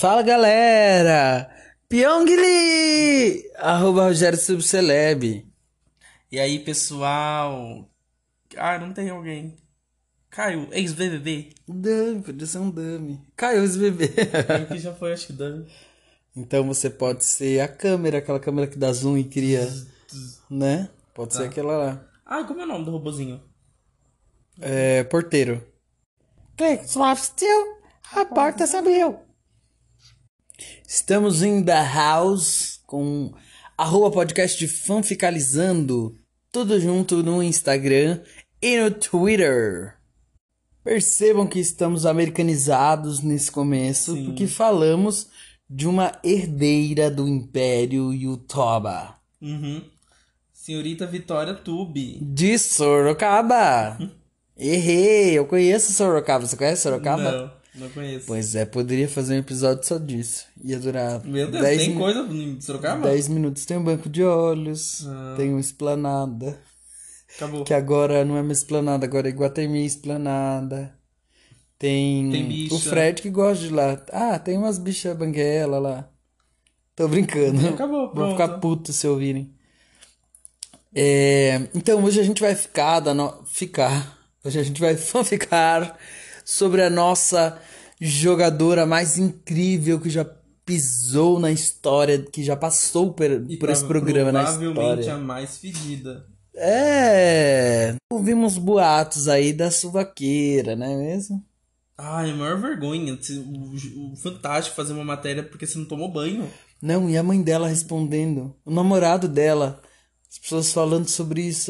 Fala galera! Pyongli! @Rogério Subceleb. E aí, pessoal? Não tem alguém. Caio, ex-BBB. Dummy, podia ser um dummy. Caiu esse bebê. Caio que já foi, acho que Dami. Então você pode ser a câmera, aquela câmera que dá zoom e cria, né? Pode ser aquela lá. Como é o nome do robozinho? Porteiro. Click, swap, still. A porta se abriu. Estamos in the house com @podcast de fanficalizando. Tudo junto no Instagram e no Twitter. Percebam que estamos americanizados nesse começo, Sim. porque falamos de uma herdeira do Império Yutoba. Senhorita Vitória Tube. De Sorocaba. Errei, eu conheço Sorocaba. Você conhece Sorocaba? Não conheço. Pois é, poderia fazer um episódio só disso. Ia durar Meu Deus, 10 tem coisa em Sorocaba? 10 minutos. Tem um banco de olhos, tem uma esplanada. Acabou. Que agora não é mais esplanada, agora é Iguatemi Esplanada. Tem bicha. o Fred que gosta de lá. Tem umas bichas banguela lá. Tô brincando. Acabou, Vão pronto. ficar putos se ouvirem. Então hoje a gente vai Hoje a gente vai ficar sobre a nossa jogadora mais incrível que já pisou na história, que já passou por esse programa na Provavelmente história. a mais fedida. Ouvimos boatos aí da suvaqueira, não é mesmo? É a maior vergonha. O Fantástico fazer uma matéria porque você não tomou banho. Não, e a mãe dela respondendo. O namorado dela. As pessoas falando sobre isso.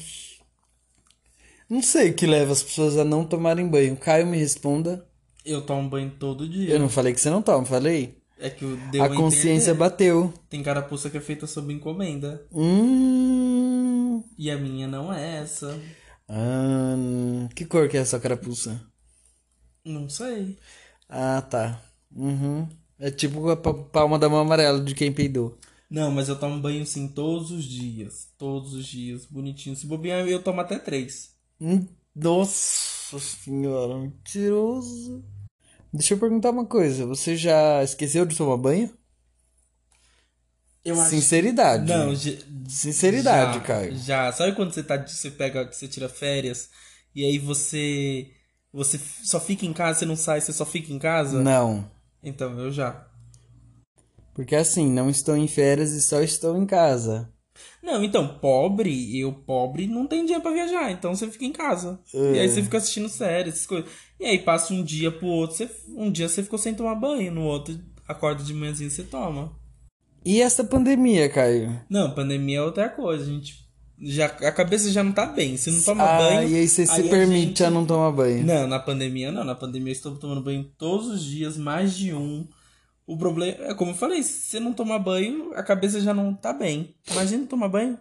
Não sei o que leva as pessoas a não tomarem banho. Caio, me responda. Eu tomo banho todo dia. Eu não falei que você não toma, falei? É que deu A consciência bateu. Tem carapuça que é feita sob encomenda. E a minha não é essa. Que cor que é essa carapuça? Não sei. Tá. É tipo a palma da mão amarela de quem peidou. Não, mas eu tomo banho sim todos os dias. Todos os dias, bonitinho. Se bobear, eu tomo até 3. Nossa senhora, mentiroso. Deixa eu perguntar uma coisa. Você já esqueceu de tomar banho? Eu acho. Sinceridade. Não, Sinceridade, já, Caio. Já. Sabe quando você tira férias e aí você só fica em casa, você não sai, você só fica em casa? Não. Então, eu já. Porque assim, não estou em férias e só estou em casa. Não, então, pobre não tem dinheiro pra viajar, então você fica em casa. E aí você fica assistindo séries, essas coisas. E aí passa um dia pro outro, um dia você ficou sem tomar banho, no outro acorda de manhãzinha e você toma. E essa pandemia, Caio? Não, pandemia é outra coisa, a cabeça já não tá bem, você não toma banho. E aí você se permite a não tomar banho. Não, na pandemia não, na pandemia eu estou tomando banho todos os dias, mais de um. O problema é, como eu falei, se você não tomar banho, a cabeça já não tá bem. Imagina tomar banho.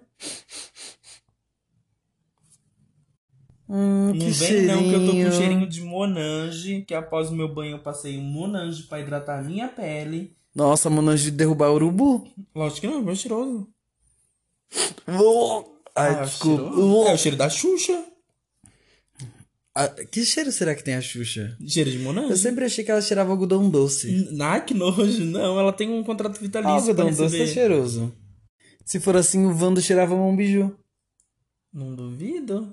Não que vem não, que eu tô com cheirinho. cheirinho de Monange, que após o meu banho eu passei um Monange pra hidratar a minha pele. Nossa, Monange de derrubar urubu? Lógico que não, é meu cheiroso. Desculpa. É o cheiro da Xuxa. Que cheiro será que tem a Xuxa? Cheiro de Eu Monange. sempre achei que ela cheirava algodão doce. Que nojo. Não, ela tem um contrato vitalício pra Algodão doce receber. é cheiroso. Se for assim, o Vando cheirava um biju. Não duvido.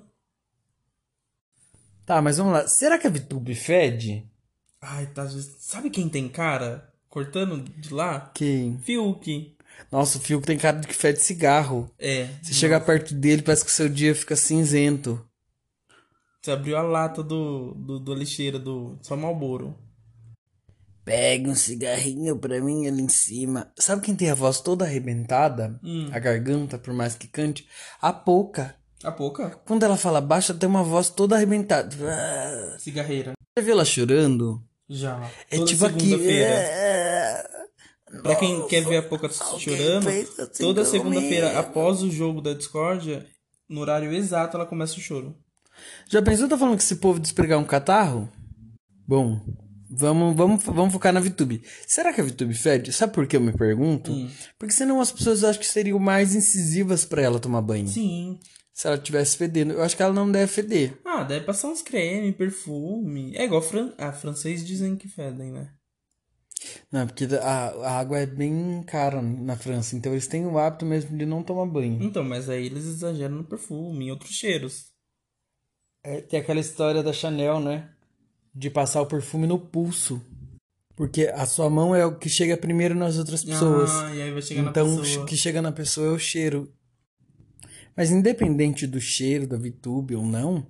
Tá, mas vamos lá. Será que a Vitube fede? Tá. Sabe quem tem cara? Cortando de lá? Quem? Fiuk. Nossa, o Fiuk tem cara de que fede cigarro. Você chega perto dele, parece que o seu dia fica cinzento. Você abriu a lata do lixeira do só Marlboro. Pega um cigarrinho pra mim ali em cima. Sabe quem tem a voz toda arrebentada? A garganta, por mais que cante? A Poca. A Poca? Quando ela fala baixo, ela tem uma voz toda arrebentada. Cigarreira. Já viu ela chorando? Já. É Toda tipo aqui. segunda-feira. Pra quem quer ver a Poca chorando, toda segunda-feira após o jogo da discórdia, no horário exato, ela começa o choro. Já pensou, tá falando que esse povo despregar um catarro? Bom, vamos focar na VTube. Será que a VTube fede? Sabe por que eu me pergunto? Porque senão as pessoas acham que seriam mais incisivas pra ela tomar banho. Sim. Se ela tivesse fedendo. Eu acho que ela não deve feder. Deve passar uns creme, perfume. É igual francês dizem que fedem, né? Não, porque a água é bem cara na França, então eles têm o hábito mesmo de não tomar banho. Então, mas aí eles exageram no perfume, em outros cheiros. Tem aquela história da Chanel, né? De passar o perfume no pulso. Porque a sua mão é o que chega primeiro nas outras pessoas. Ah, e aí vai chegar na Então, o pessoa. que chega na pessoa é o cheiro. Mas independente do cheiro da VTube ou não,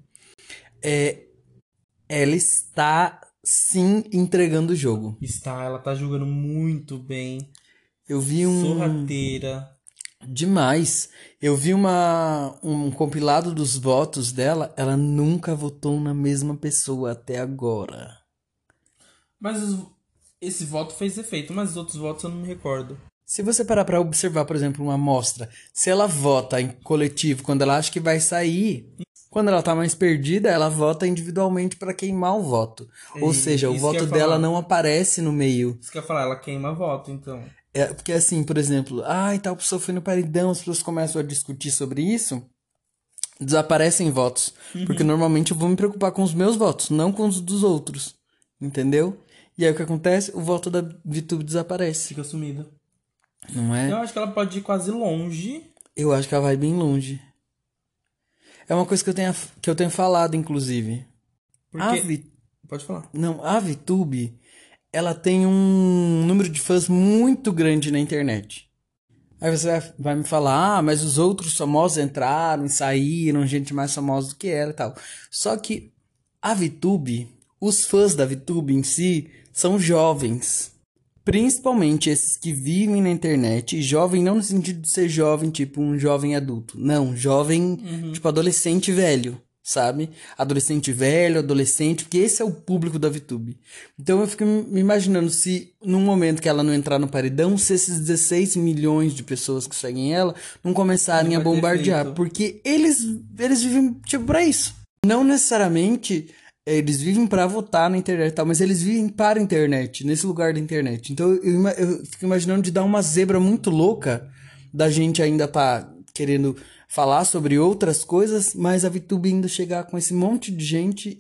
ela está sim entregando o jogo. Ela tá jogando muito bem. Eu vi Sorrateira. demais. Eu vi um compilado dos votos dela. Ela nunca votou na mesma pessoa até agora. Mas esse voto fez efeito, mas os outros votos eu não me recordo. Se você parar pra observar, por exemplo, uma amostra, se ela vota em coletivo quando ela acha que vai sair, quando ela tá mais perdida, ela vota individualmente pra queimar o voto. Ou seja, o Isso que eu voto ia dela falar. não aparece no meio. Isso que eu ia falar, ela queima voto, então. Porque assim, por exemplo, tal pessoa foi no paredão, as pessoas começam a discutir sobre isso, desaparecem votos. Porque normalmente eu vou me preocupar com os meus votos, não com os dos outros. Entendeu? E aí o que acontece? O voto da VTube desaparece. Fica sumida. Não é? Eu acho que ela pode ir quase longe. Eu acho que ela vai bem longe. É uma coisa que eu tenho falado, inclusive. Porque. Pode falar. A VTube, ela tem um número de fãs muito grande na internet. Aí você vai me falar, mas os outros famosos entraram e saíram, gente mais famosa do que ela e tal. Só que a VTube, os fãs da VTube em si, são jovens. Principalmente esses que vivem na internet. Jovem não no sentido de ser jovem, tipo um jovem adulto. Não, jovem, tipo adolescente velho, sabe? Adolescente velho, adolescente, porque esse é o público da VTube. Então eu fico me imaginando se, num momento que ela não entrar no paredão, se esses 16 milhões de pessoas que seguem ela não começarem a Não vai ter bombardear. efeito. Porque eles vivem, tipo, pra isso. Não necessariamente eles vivem pra votar na internet e tal, mas eles vivem para a internet, nesse lugar da internet. Então eu fico imaginando de dar uma zebra muito louca da gente ainda tá querendo falar sobre outras coisas, mas a VTube ainda chegar com esse monte de gente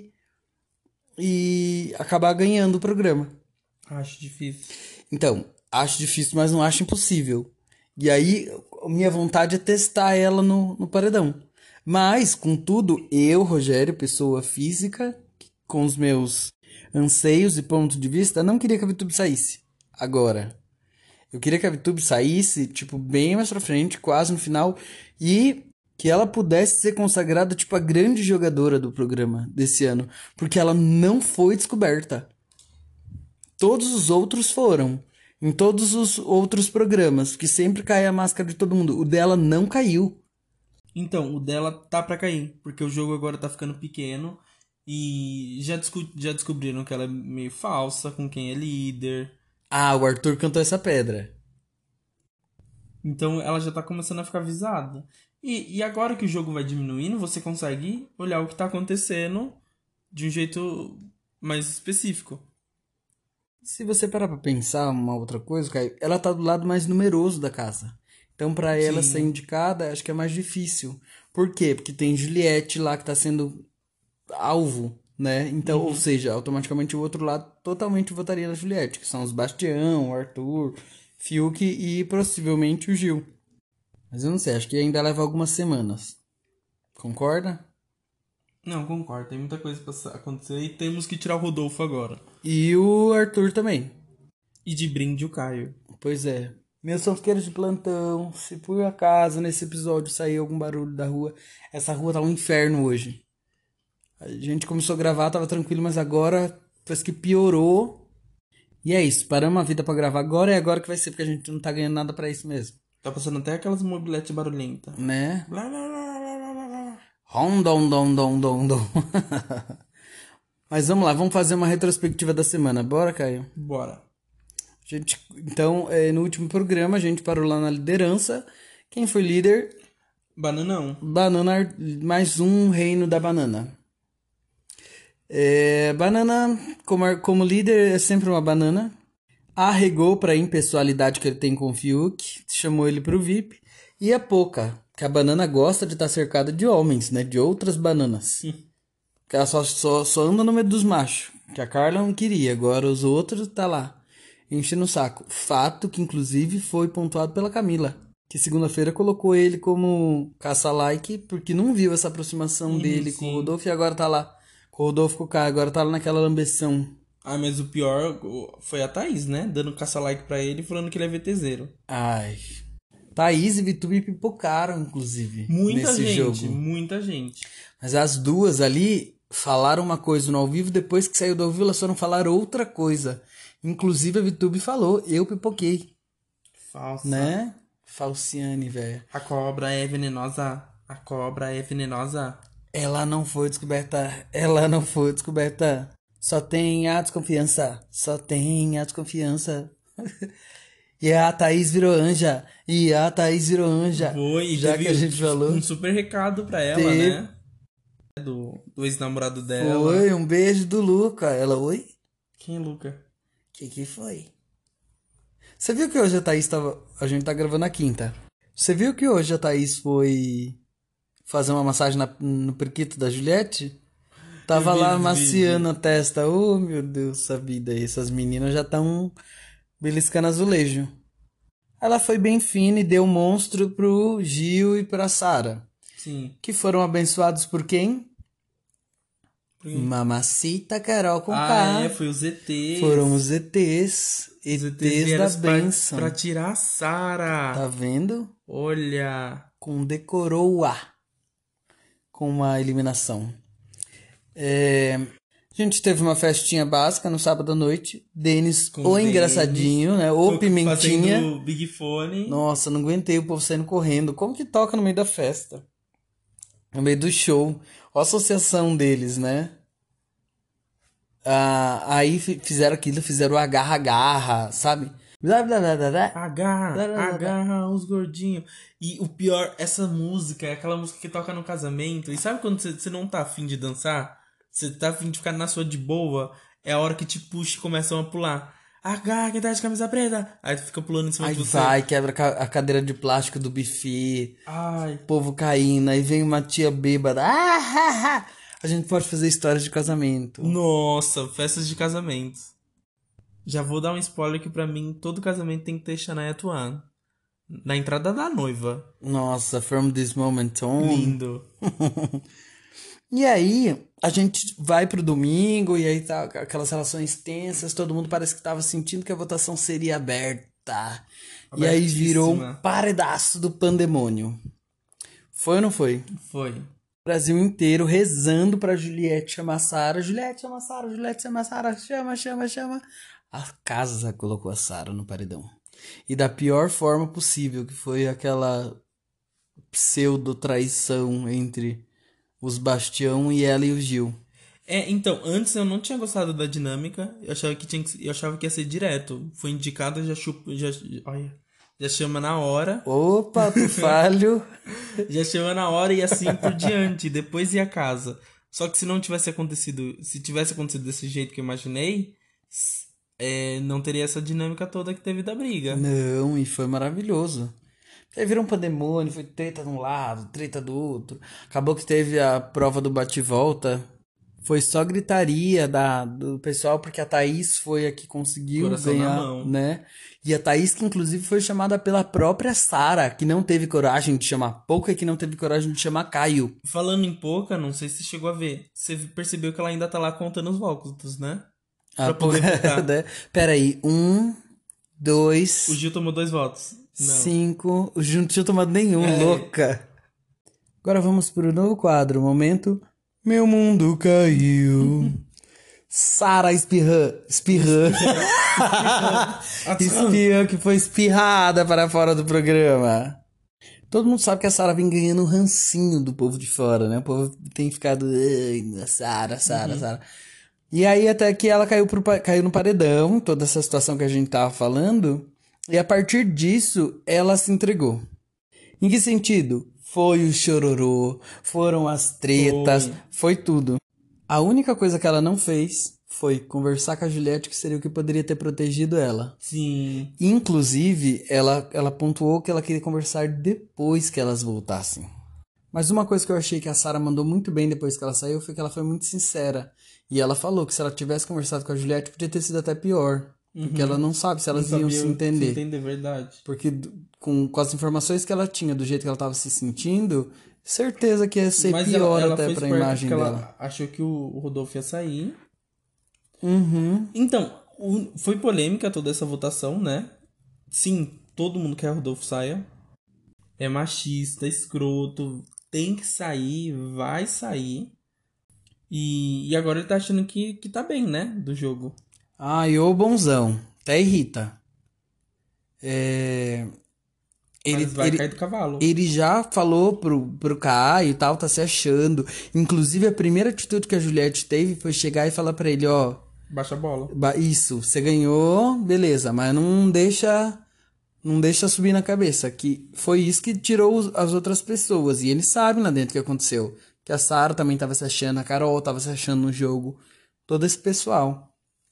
e acabar ganhando o programa. Acho difícil. Então, acho difícil, mas não acho impossível. E aí, minha vontade é testar ela no paredão. Mas, contudo, eu, Rogério, pessoa física, com os meus anseios e pontos de vista, não queria que a VTube saísse. Agora, eu queria que a VTube saísse, tipo, bem mais pra frente, quase no final, e que ela pudesse ser consagrada, tipo, a grande jogadora do programa desse ano. Porque ela não foi descoberta. Todos os outros foram. Em todos os outros programas, que sempre cai a máscara de todo mundo. O dela não caiu. Então, o dela tá pra cair, porque o jogo agora tá ficando pequeno e já descobriram que ela é meio falsa com quem é líder. O Arthur cantou essa pedra. Então ela já tá começando a ficar avisada. E agora que o jogo vai diminuindo, você consegue olhar o que tá acontecendo de um jeito mais específico. Se você parar pra pensar uma outra coisa, Caio, ela tá do lado mais numeroso da casa. Então, pra ela ser Sim. indicada, acho que é mais difícil. Por quê? Porque tem Juliette lá que tá sendo alvo, né? Então, ou seja, automaticamente o outro lado totalmente votaria na Juliette, que são os Bastião, o Arthur, Fiuk e possivelmente o Gil. Mas eu não sei, acho que ainda leva algumas semanas. Concorda? Não, concordo. Tem muita coisa pra acontecer e temos que tirar o Rodolfo agora. E o Arthur também. E de brinde o Caio. Pois é. Meus sonqueiros de plantão, se por acaso nesse episódio sair algum barulho da rua, essa rua tá um inferno hoje. A gente começou a gravar, tava tranquilo, mas agora parece que piorou. E é isso, paramos a vida pra gravar agora, é agora que vai ser, porque a gente não tá ganhando nada pra isso mesmo. Tá passando até aquelas mobiletes barulhentas. Né? Blá, blá, blá, blá, blá, blá. Rom, dom, dom, dom, dom, dom. Mas vamos lá, vamos fazer uma retrospectiva da semana. Bora, Caio? Bora. Então, no último programa, a gente parou lá na liderança. Quem foi líder? Bananão. Banana, mais um reino da banana. Banana, como líder, é sempre uma banana. Arregou pra impessoalidade que ele tem com o Fiuk. Chamou ele pro VIP. E a Poca, que a banana gosta de estar cercada de homens, né? De outras bananas. Que ela só anda no meio dos machos. Que a Carla não queria, agora os outros tá lá. enchendo o saco. Fato que, inclusive, foi pontuado pela Camila, que segunda-feira colocou ele como caça-like, porque não viu essa aproximação dele com o sim. Rodolfo e agora tá lá. Com o Rodolfo com o Caio, agora tá lá naquela lambeção. Ah, mas o pior foi a Thaís, né? Dando caça-like pra ele, falando que ele é VTZero. Ai. Thaís e Vitube pipocaram, inclusive, Muita nesse gente, jogo. muita gente. Mas as duas ali falaram uma coisa no ao vivo, depois que saiu do ao vivo elas foram falar outra coisa. Inclusive a Vitube falou, eu pipoquei, Falsa. né? Falciane, velho. A cobra é venenosa. A cobra é venenosa. Ela não foi descoberta, ela não foi descoberta. Só tem a desconfiança, só tem a desconfiança. E a Thaís virou anja, e a Thaís virou anja. Foi, e já teve que a gente falou. um super recado pra ela, Teve. né? Do ex-namorado dela. Foi, um beijo do Luca. Ela, oi? Quem é Luca? Que foi? Você viu que hoje a Thaís tava... A gente tá gravando na quinta. Você viu que hoje a Thaís foi fazer uma massagem no periquito da Juliette? Tava Eu vi lá esse maciando a testa. Oh, meu Deus, essa vida aí. Essas meninas já estão beliscando azulejo. Ela foi bem fina e deu monstro pro Gil e pra Sara. Sim. Que foram abençoados por quem? Mamacita Carol com K. Foi os ETs. Foram os ETs. ETs da bênção. Pra tirar a Sara. Tá vendo? Olha. Com decoroa. Com uma eliminação. A gente teve uma festinha básica no sábado à noite. Denis, o engraçadinho, né? O pimentinha. Fazendo Big Fone. Nossa, não aguentei o povo saindo correndo. Como que toca no meio da festa? No meio do show. A associação deles, né? Aí fizeram aquilo, fizeram o agarra-agarra, sabe? Agarra os gordinhos. E o pior, essa música é aquela música que toca no casamento. E sabe quando você não tá afim de dançar? Você tá afim de ficar na sua de boa? É a hora que te puxa e começam a pular. Agarra, quem tá de camisa preta? Aí tu fica pulando em cima de você. Aí vai, quebra a cadeira de plástico do buffet. Ai. O povo caindo. Aí vem uma tia bêbada. A gente pode fazer histórias de casamento. Nossa, festas de casamento. Já vou dar um spoiler que pra mim todo casamento tem que ter Shania Twain. Na entrada da noiva. Nossa, from this moment on. Lindo. E aí, a gente vai pro domingo e aí tá aquelas relações tensas, todo mundo parece que tava sentindo que a votação seria aberta. E aí virou um paredaço do pandemônio. Foi ou não foi? Foi. O Brasil inteiro rezando pra Juliette chamar a Sara. Juliette chama a Sara, Juliette chama a Sara, chama. A casa colocou a Sara no paredão. E da pior forma possível, que foi aquela pseudo-traição entre os Bastião e ela e o Gil. Então, antes eu não tinha gostado da dinâmica. Eu achava que ia ser direto. Foi indicado, já chama na hora. Opa, tu falho. Já chama na hora e assim por diante. Depois ia a casa. Só que se tivesse acontecido desse jeito que eu imaginei, não teria essa dinâmica toda que teve da briga. Não, e foi maravilhoso. Aí virou um pandemônio, foi treta de um lado, treta do outro. Acabou que teve a prova do bate-volta. Foi só gritaria do pessoal, porque a Thaís foi a que conseguiu Coração ganhar, na mão. né? E a Thaís que inclusive foi chamada pela própria Sara, que não teve coragem de chamar Pouca e que não teve coragem de chamar Caio. Falando em Pouca, não sei se você chegou a ver. Você percebeu que ela ainda tá lá contando os votos, né? Pra poder votar. Né? Peraí, 1, 2... O Gil tomou 2 votos. Não. 5... O Gil não tinha tomado nenhum, louca. Agora vamos pro novo quadro, momento... Meu mundo caiu. Sara espirrã. Espirrã que foi espirrada para fora do programa. Todo mundo sabe que a Sara vem ganhando um rancinho do povo de fora, né? O povo tem ficado... Sara. E aí até que ela caiu no paredão, toda essa situação que a gente tava falando. E a partir disso, ela se entregou. Em que sentido? Foi o chororô, foram as tretas, foi tudo. A única coisa que ela não fez foi conversar com a Juliette, que seria o que poderia ter protegido ela. Sim. Inclusive, ela pontuou que ela queria conversar depois que elas voltassem. Mas uma coisa que eu achei que a Sara mandou muito bem depois que ela saiu foi que ela foi muito sincera. E ela falou que se ela tivesse conversado com a Juliette, podia ter sido até pior. Porque ela não sabe se elas Não iam sabia se entender. Se entender, verdade. Porque com as informações que ela tinha, do jeito que ela tava se sentindo, certeza que ia ser Mas pior ela até foi pra esperta imagem porque dela. ela achou que o Rodolfo ia sair. Uhum. Então, foi polêmica toda essa votação, né? Sim, todo mundo quer que o Rodolfo saia. É machista, escroto, tem que sair, vai sair. E agora ele tá achando que tá bem, né? Do jogo. Ai, ô bonzão. Até irrita. É... Mas vai cair do cavalo. Ele já falou pro Caio e tal, tá se achando. Inclusive, a primeira atitude que a Juliette teve foi chegar e falar pra ele, ó... Baixa a bola. Isso, você ganhou, beleza, mas não deixa subir na cabeça, que foi isso que tirou as outras pessoas, e ele sabe lá dentro o que aconteceu, que a Sarah também tava se achando, a Carol tava se achando no jogo, todo esse pessoal.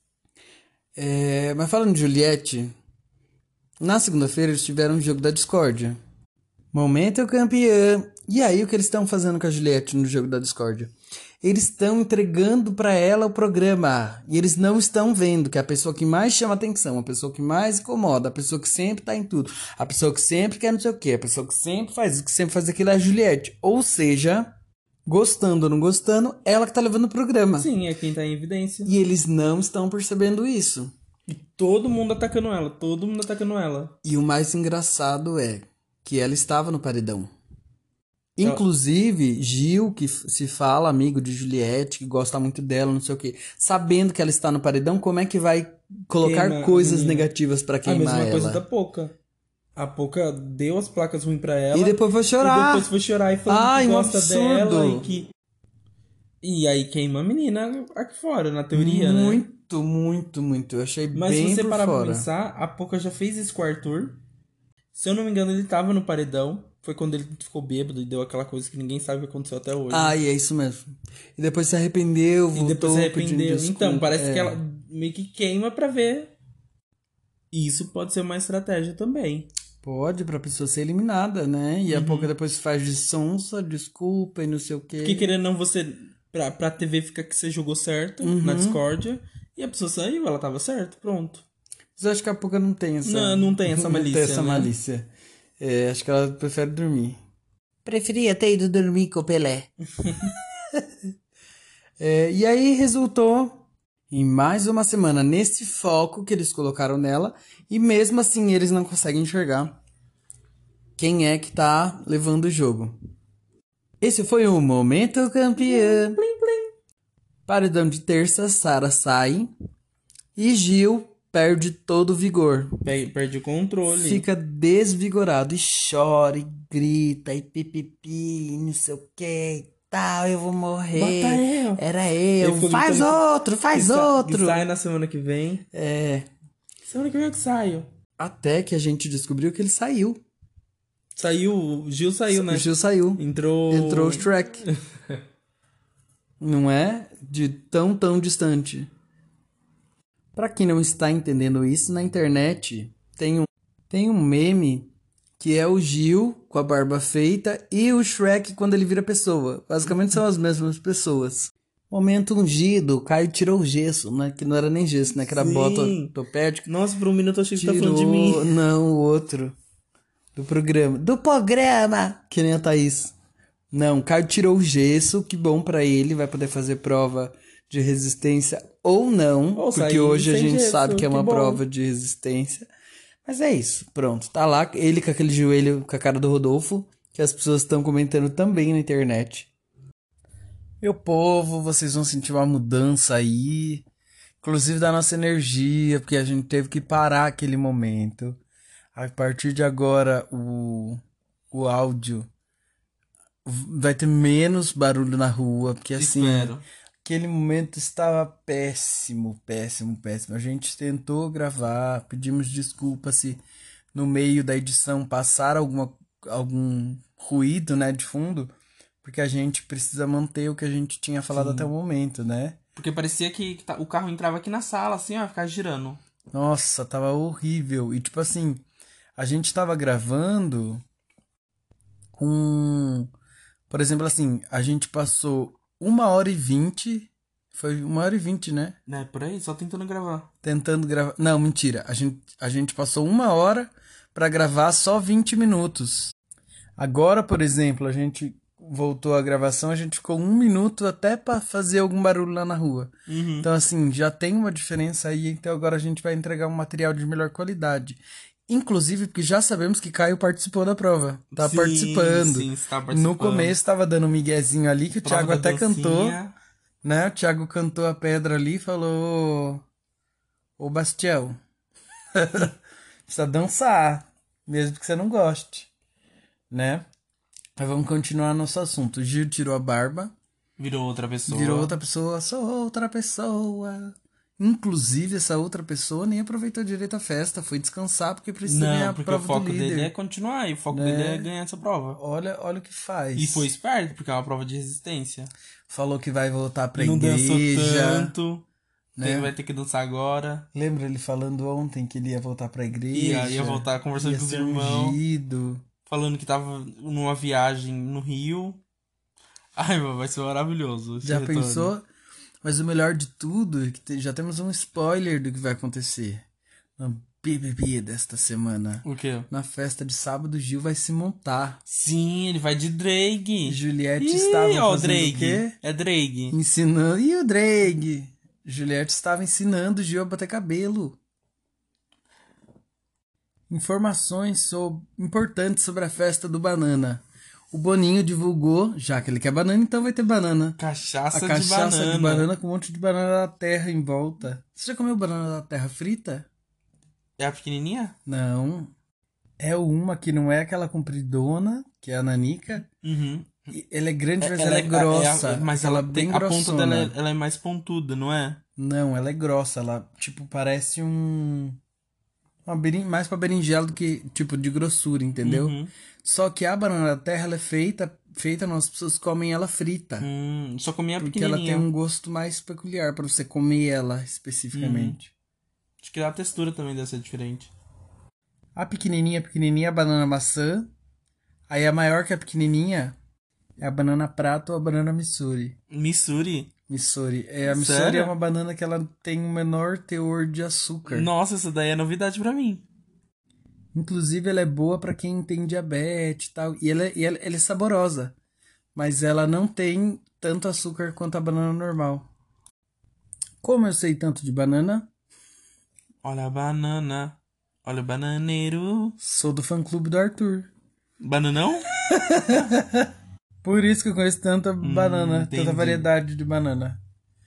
Mas falando de Juliette, na segunda-feira eles tiveram um jogo da discórdia. Momento campeão. E aí o que eles estão fazendo com a Juliette no jogo da discórdia? Eles estão entregando pra ela o programa. E eles não estão vendo que é a pessoa que mais chama atenção, a pessoa que mais incomoda, a pessoa que sempre tá em tudo, a pessoa que sempre quer não sei o quê, a pessoa que sempre faz isso, que sempre faz aquilo é a Juliette. Ou seja, gostando ou não gostando, ela que tá levando o programa. Sim, é quem tá em evidência. E eles não estão percebendo isso. E todo mundo atacando ela, todo mundo atacando ela. E o mais engraçado é que ela estava no paredão. Inclusive, Gil, que se fala amigo de Juliette, que gosta muito dela, não sei o quê, sabendo que ela está no paredão, como é que vai colocar Queima a coisas menina. negativas pra A queimar mesma coisa ela? da Poca. A Poca deu as placas ruins pra ela. E depois foi chorar. E depois foi chorar e falando Ai, que um gosta absurdo. dela e que... E aí queima a menina aqui fora, na teoria, né? Muito, muito, muito. Eu achei Mas se bem você por parar pra fora. pensar, a Poca já fez isso com o Arthur. Se eu não me engano, ele tava no paredão. Foi quando ele ficou bêbado e deu aquela coisa que ninguém sabe o que aconteceu até hoje. Ai, é isso mesmo. E depois se arrependeu, E voltou, depois se pedindo arrependeu. desculpa. Então, parece que ela meio que queima pra ver. E isso pode ser uma estratégia também. Pode, pra pessoa ser eliminada, né? E a pouco depois faz de sonsa, desculpa e não sei o quê. Porque querendo ou não, você... Pra TV fica que você jogou certo na discórdia. E a pessoa saiu, ela tava certo, pronto. Mas eu acho que a Puga não tem essa... Não tem essa malícia, Não tem essa né? malícia. Acho que ela prefere dormir. Preferia ter ido dormir com o Pelé. E aí resultou em mais uma semana nesse foco que eles colocaram nela. E mesmo assim eles não conseguem enxergar quem é que tá levando o jogo. Esse foi o Momento Campeão. Plim, plim. Paredão de terça, Sarah sai. E Gil perde todo o vigor. Perde o controle. Fica desvigorado e chora e grita e pipipi, não sei o que e tal, eu vou morrer. Bota eu. Era eu. Ele Faz outro, faz outro. Que sai na semana que vem. Semana que vem eu que saio. Até que a gente descobriu que ele saiu. Saiu, o Gil saiu, né? O Gil saiu. Entrou o Shrek. Não é? De tão distante. Pra quem não está entendendo isso, na internet tem um meme que é o Gil com a barba feita e o Shrek quando ele vira pessoa. Basicamente são as mesmas pessoas. Momento ungido, o Caio tirou o gesso, né? Que não era nem gesso, né? Que era bota ortopédica. Nossa, por um minuto eu achei que você tá falando de mim. Não, o outro. Do programa. Do programa! Que nem a Thaís. Não, o Caio tirou o gesso, que bom pra ele, vai poder fazer prova de resistência ou não, Ou porque sair hoje a sem gente gesso, sabe que é uma que bom. prova de resistência. Mas é isso, pronto, tá lá, ele com aquele joelho com a cara do Rodolfo, que as pessoas estão comentando também na internet. Meu povo, vocês vão sentir uma mudança aí, inclusive da nossa energia, porque a gente teve que parar aquele momento. A partir de agora, o áudio vai ter menos barulho na rua, porque assim, Espero. aquele momento estava péssimo. A gente tentou gravar, pedimos desculpa se no meio da edição passar algum ruído, né, de fundo, porque a gente precisa manter o que a gente tinha falado até o momento, né? Porque parecia que o carro entrava aqui na sala, assim, ó, ficava girando. Nossa, tava horrível. E tipo assim, a gente tava gravando com... Por exemplo, assim, a gente passou 1h20 Foi 1h20, né? Né, por aí, só tentando gravar. Tentando gravar. Não, mentira. A gente passou 1 hora pra gravar só 20 minutos. Agora, por exemplo, a gente voltou a gravação, a gente ficou 1 minuto até pra fazer algum barulho lá na rua. Então, assim, já tem uma diferença aí, então agora a gente vai entregar um material de melhor qualidade. Inclusive, porque já sabemos que Caio participou da prova. Tá Sim, participando. sim, está participando. No começo tava dando um miguezinho ali, que o Prova Thiago da até dancinha. cantou, né? O Thiago cantou a pedra ali e falou: Ô Bastião, precisa dançar, mesmo que você não goste, né? Mas vamos continuar nosso assunto. O Gil tirou a barba, Virou outra pessoa. virou outra pessoa, sou outra pessoa. Inclusive, essa outra pessoa nem aproveitou direito a festa, foi descansar porque precisa ganhar Não, a porque prova o foco do líder. dele é continuar, e o foco dele é ganhar essa prova. Olha o que faz. E foi esperto, porque é uma prova de resistência. Falou que vai voltar pra Não dançou igreja. tanto, né? vai ter que dançar agora. Lembra ele falando ontem que ele ia voltar pra igreja? Ia voltar conversando ia com os ser irmãos. ungido. Falando que tava numa viagem no Rio. Ai, vai ser maravilhoso. esse Já retorno. pensou? Mas o melhor de tudo é que já temos um spoiler do que vai acontecer no BBB desta semana. O quê? Na festa de sábado, Gil vai se montar. Sim, ele vai de drag. Juliette estava ó, fazendo drag. o quê? É drag. Ensinando. E o drag? Juliette estava ensinando o Gil a bater cabelo. Informações importantes sobre a festa do Banana. O Boninho divulgou, já que ele quer banana, então vai ter banana. Cachaça, A cachaça de de banana com um monte de banana da terra em volta. Você já comeu banana da terra frita? É a pequenininha? Não. É uma que não é aquela compridona, que é a nanica. Uhum. Ela é grande, mas ela é grossa. Mas ela ela é bem a ponta grossona. dela ela é mais pontuda, não é? Não, ela é grossa. Ela, tipo, parece mais pra berinjela do que, tipo, de grossura, entendeu? Uhum. Só que a banana da terra, ela é feita, as pessoas comem ela frita. Só comia a Porque ela pequenininha. tem um gosto mais peculiar pra você comer ela especificamente. Acho que a textura também deve ser diferente. A pequenininha é a banana maçã. Aí a maior que a pequenininha é a banana prata ou a banana Missouri. Missouri? Missouri. A Missouri Sério? é uma banana que ela tem um menor teor de açúcar. Nossa, essa daí é novidade pra mim. Inclusive, ela é boa pra quem tem diabetes e tal. E ela é saborosa. Mas ela não tem tanto açúcar quanto a banana normal. Como eu sei tanto de banana, Olha a banana. Olha o bananeiro. sou do fã-clube do Arthur. Bananão? Por isso que eu conheço tanta banana, entendi. tanta variedade de banana.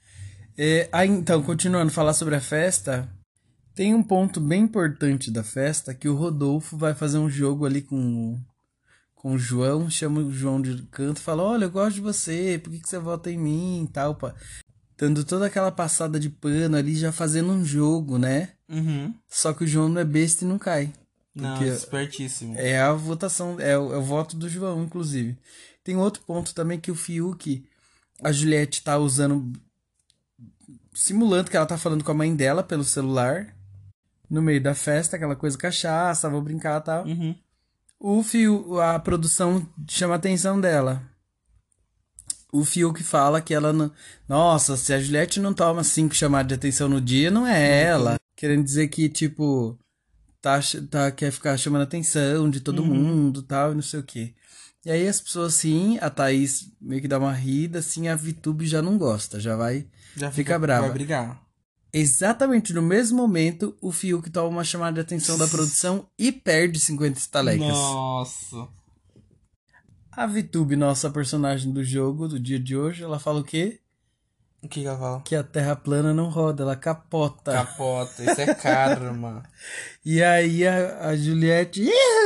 Então, continuando a falar sobre a festa, tem um ponto bem importante da festa, que o Rodolfo vai fazer um jogo ali com o João, chama o João de canto e fala, olha, eu gosto de você, por que você vota em mim e tal, pá. Dando toda aquela passada de pano ali, já fazendo um jogo, né? Uhum. Só que o João não é besta e não cai. Não, Porque espertíssimo. é a votação, é o voto do João, inclusive. Tem outro ponto também que o Fiuk, a Juliette tá usando, simulando que ela tá falando com a mãe dela pelo celular, no meio da festa, aquela coisa cachaça, vou brincar e tal. Uhum. A produção chama a atenção dela. O Fiuk fala que ela não... Nossa, se a Juliette não toma 5 chamadas de atenção no dia, não é ela. Querendo dizer que, tipo, quer ficar chamando a atenção de todo mundo, tal, e não sei o quê. E aí as pessoas, assim, a Thaís meio que dá uma rida, assim, a Vitube já não gosta, já fica brava. Vai brigar. Exatamente no mesmo momento, o Fiuk toma uma chamada de atenção da produção e perde 50 estalecas. Nossa. A Vitube, nossa personagem do jogo, do dia de hoje, ela fala o quê? O que ela fala? Que a terra plana não roda, ela capota. Capota, isso é karma. E aí a Juliette...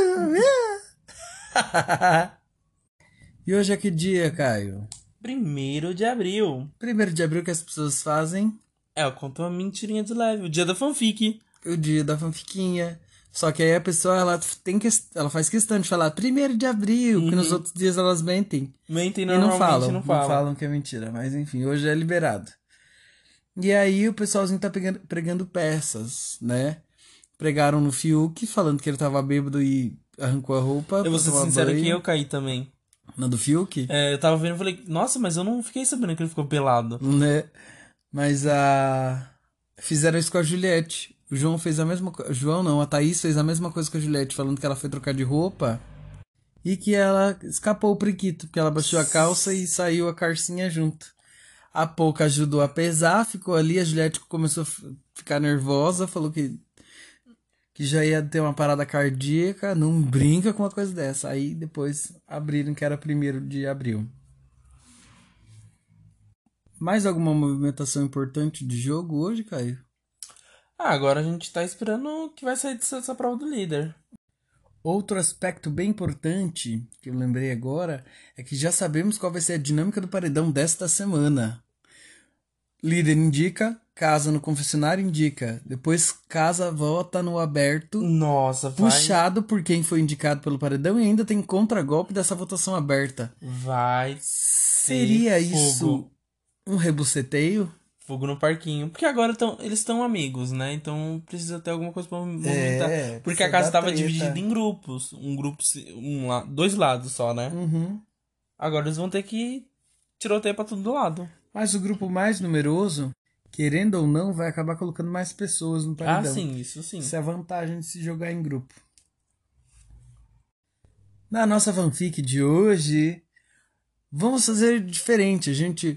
E hoje é que dia, Caio? 1º de abril. 1º de abril que as pessoas fazem Eu conto uma mentirinha de leve. O dia da fanfic. o dia da fanfiquinha. Só que aí a pessoa, ela faz questão de falar 1º de abril, porque nos outros dias elas mentem. Mentem E normalmente, não falam que é mentira. Mas enfim, hoje é liberado. E aí o pessoalzinho tá pregando peças, né? Pregaram no Fiuk, falando que ele tava bêbado e arrancou a roupa. Eu vou ser sincero que eu caí também. Na do Fiuk? Eu tava vendo e falei, nossa, mas eu não fiquei sabendo que ele ficou pelado. Né? Mas fizeram isso com a Juliette. O João fez a mesma coisa. João não, a Thaís fez a mesma coisa com a Juliette, falando que ela foi trocar de roupa e que ela escapou o priquito, porque ela baixou a calça e saiu a carcinha junto. A Pouca ajudou a pesar, ficou ali, a Juliette começou a ficar nervosa, falou que já ia ter uma parada cardíaca, não brinca com uma coisa dessa. Aí depois abriram que era 1º de abril. Mais alguma movimentação importante de jogo hoje, Caio? Agora a gente tá esperando o que vai sair dessa prova do líder. Outro aspecto bem importante que eu lembrei agora é que já sabemos qual vai ser a dinâmica do paredão desta semana. Líder indica, casa no confessionário indica, depois casa vota no aberto, Nossa, vai. puxado por quem foi indicado pelo paredão e ainda tem contragolpe dessa votação aberta. Vai Seria ser isso fogo. um rebuceteio? Fogo no parquinho. Porque agora eles estão amigos, né? Então precisa ter alguma coisa pra movimentar. Porque precisa a casa dar tava treta. dividida em grupos. Dois lados só, né? Uhum. Agora eles vão ter que tiroteio pra todo lado. Mas o grupo mais numeroso, querendo ou não, vai acabar colocando mais pessoas no paredão. Ah, sim, isso sim. Isso é a vantagem de se jogar em grupo. Na nossa fanfic de hoje, vamos fazer diferente. A gente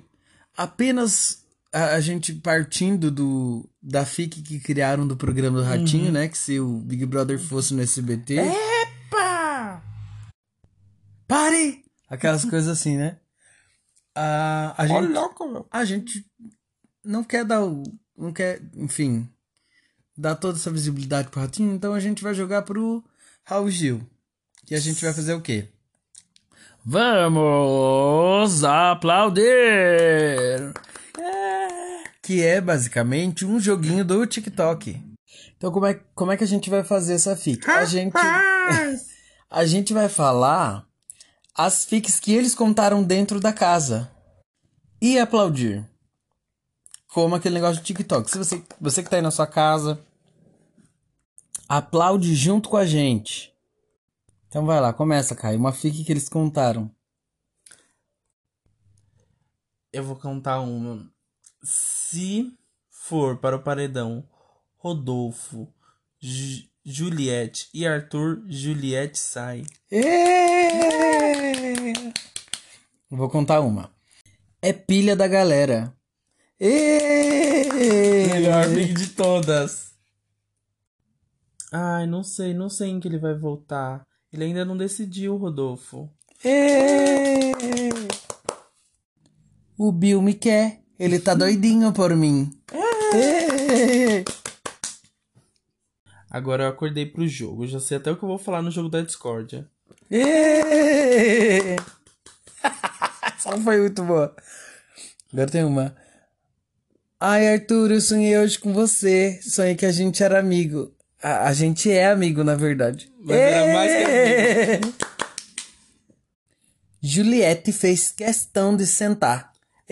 partindo da fic que criaram do programa do Ratinho, né? Que se o Big Brother fosse no SBT... Epa! Pare! Aquelas coisas assim, né? Olha, louco, meu. A gente não quer não quer, enfim, dar toda essa visibilidade pro Ratinho, então a gente vai jogar pro Raul Gil. E a gente vai fazer o quê? Vamos aplaudir! Que é basicamente um joguinho do TikTok. Então como é que a gente vai fazer essa fic? A gente vai falar as fics que eles contaram dentro da casa. E aplaudir. Como aquele negócio de TikTok. Se você que tá aí na sua casa, aplaude junto com a gente. Então vai lá, começa, Caio. Uma fic que eles contaram. Eu vou contar uma. Se for para o paredão Rodolfo, Juliette e Arthur, Juliette sai. Vou contar uma. É pilha da galera. Melhor fic de todas. Ai, não sei em que ele vai voltar. Ele ainda não decidiu, Rodolfo. O Bill me quer. Ele tá doidinho por mim. Agora eu acordei pro jogo. Eu já sei até o que eu vou falar no jogo da discórdia. Essa foi muito boa. Agora tem uma. Ai, Arthur, eu sonhei hoje com você. Sonhei que a gente era amigo. A gente é amigo, na verdade. Mas era mais que amigo. Juliette fez questão de sentar.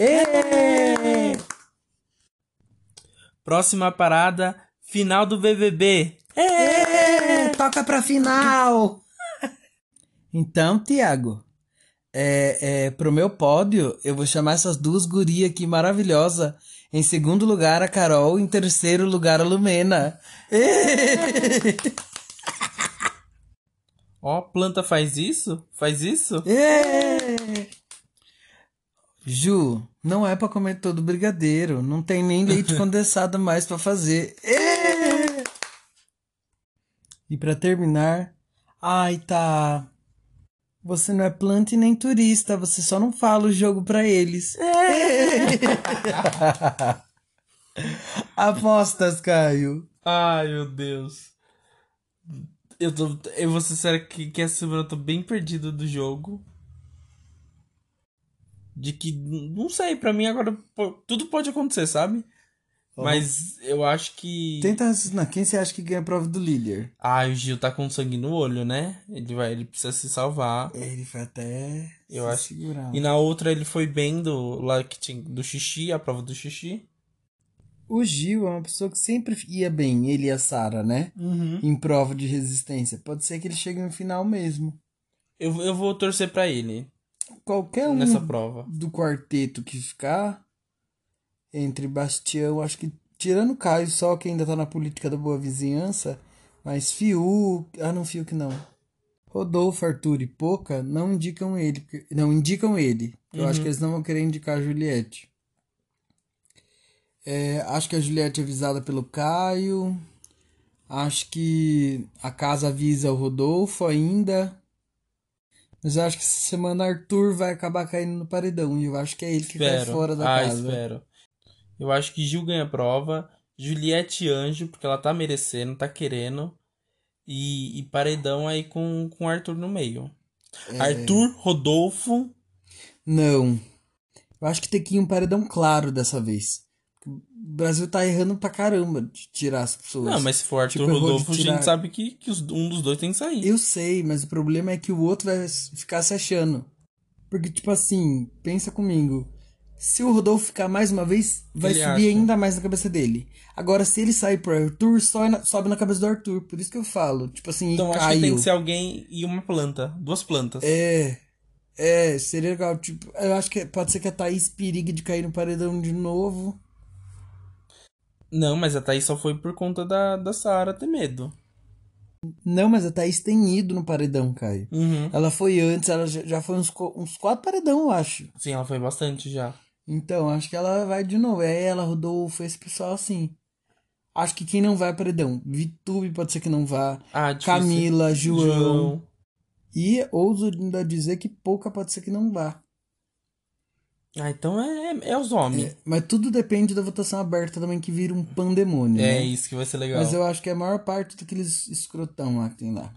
Próxima parada, final do BBB. Toca pra final. Então, Thiago, pro meu pódio, eu vou chamar essas duas gurias aqui maravilhosas. Em segundo lugar, a Carol. Em terceiro lugar, a Lumena. Ó, planta faz isso? Faz isso? Ju, não é pra comer todo brigadeiro. Não tem nem leite condensado mais pra fazer. E pra terminar... Ai, tá... Você não é planta e nem turista. Você só não fala o jogo pra eles. Apostas, Caio. Ai, meu Deus. Eu vou ser sério que essa semana eu tô bem perdido do jogo. De que, não sei, pra mim agora tudo pode acontecer, sabe? Mas eu acho que... Tenta raciocinar. Quem você acha que ganha a prova do líder? Ah, o Gil tá com sangue no olho, né? Ele precisa se salvar. Ele foi até Eu se acho. segurar. E na outra ele foi bem do xixi, a prova do xixi. O Gil é uma pessoa que sempre ia bem, ele e a Sarah, né? Em prova de resistência. Pode ser que ele chegue no final mesmo. Eu vou torcer pra ele Qualquer um nessa prova. do quarteto que ficar, entre Bastião, acho que tirando o Caio, só que ainda tá na política da boa vizinhança, mas Fiuk, não, Fiuk não. Rodolfo, Arthur e Poca não indicam ele, não indicam ele. Eu acho que eles não vão querer indicar a Juliette. Acho que a Juliette é avisada pelo Caio. Acho que a casa avisa o Rodolfo ainda. Mas eu acho que essa semana Arthur vai acabar caindo no paredão. E eu acho que é ele que cai fora da casa. Espero. Eu acho que Gil ganha a prova. Juliette Anjo, porque ela tá merecendo, tá querendo. E paredão aí com Arthur no meio. Arthur, Rodolfo. Não. Eu acho que tem que ir um paredão claro dessa vez. O Brasil tá errando pra caramba de tirar as pessoas. Não, mas se for Arthur errou de Rodolfo, a tirar- gente sabe que um dos dois tem que sair. Eu sei, mas o problema é que o outro vai ficar se achando. Porque, tipo assim, pensa comigo. Se o Rodolfo ficar mais uma vez, vai Ele subir acha. ainda mais na cabeça dele. Agora, se ele sair pro Arthur, sobe na cabeça do Arthur. Por isso que eu falo. Tipo assim, Então e acho que tem Caio. que ser alguém e uma planta. 2 plantas. Seria legal. Tipo, eu acho que pode ser que a Thaís perigue de cair no paredão de novo. Não, mas a Thaís só foi por conta da Sarah ter medo. Não, mas a Thaís tem ido no paredão, Caio. Ela foi antes, ela já foi uns 4 paredão, eu acho. Sim, ela foi bastante já. Então, acho que ela vai de novo. É ela, Rodolfo, esse pessoal assim. Acho que quem não vai é paredão. Vitube pode ser que não vá. Difícil. Camila, João. E ouso ainda dizer que Pouca pode ser que não vá. Então é os homens. Mas tudo depende da votação aberta também, que vira um pandemônio, É né? isso que vai ser legal. Mas eu acho que é a maior parte daqueles escrotão lá que tem lá.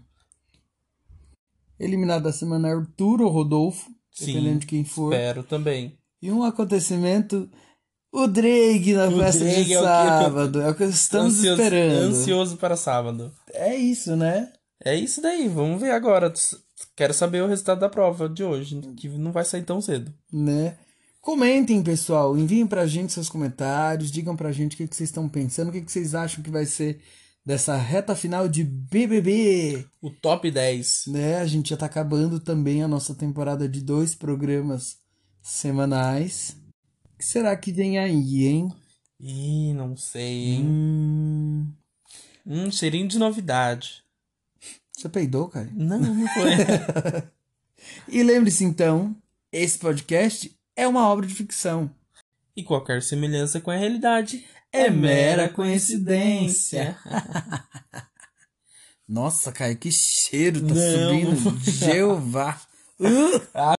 Eliminado da semana é Arthur ou Rodolfo, dependendo de quem for. Espero também. E um acontecimento, o Drake na festa Drake de é o que- sábado. É o que estamos esperando. Ansioso para sábado. É isso, né? É isso daí, vamos ver agora. Quero saber o resultado da prova de hoje, que não vai sair tão cedo. Né? Comentem, pessoal. Enviem pra gente seus comentários. Digam pra gente o que vocês estão pensando. O que vocês acham que vai ser dessa reta final de BBB. O top 10. Né? A gente já tá acabando também a nossa temporada de 2 programas semanais. O que será que vem aí, hein? Ih, não sei, hein? Cheirinho de novidade. Você peidou, cara? Não foi. E lembre-se, então, esse podcast é uma obra de ficção. E qualquer semelhança com a realidade É mera coincidência. Nossa, cara, que cheiro tá Não, subindo. não foi. Jeová. Ah,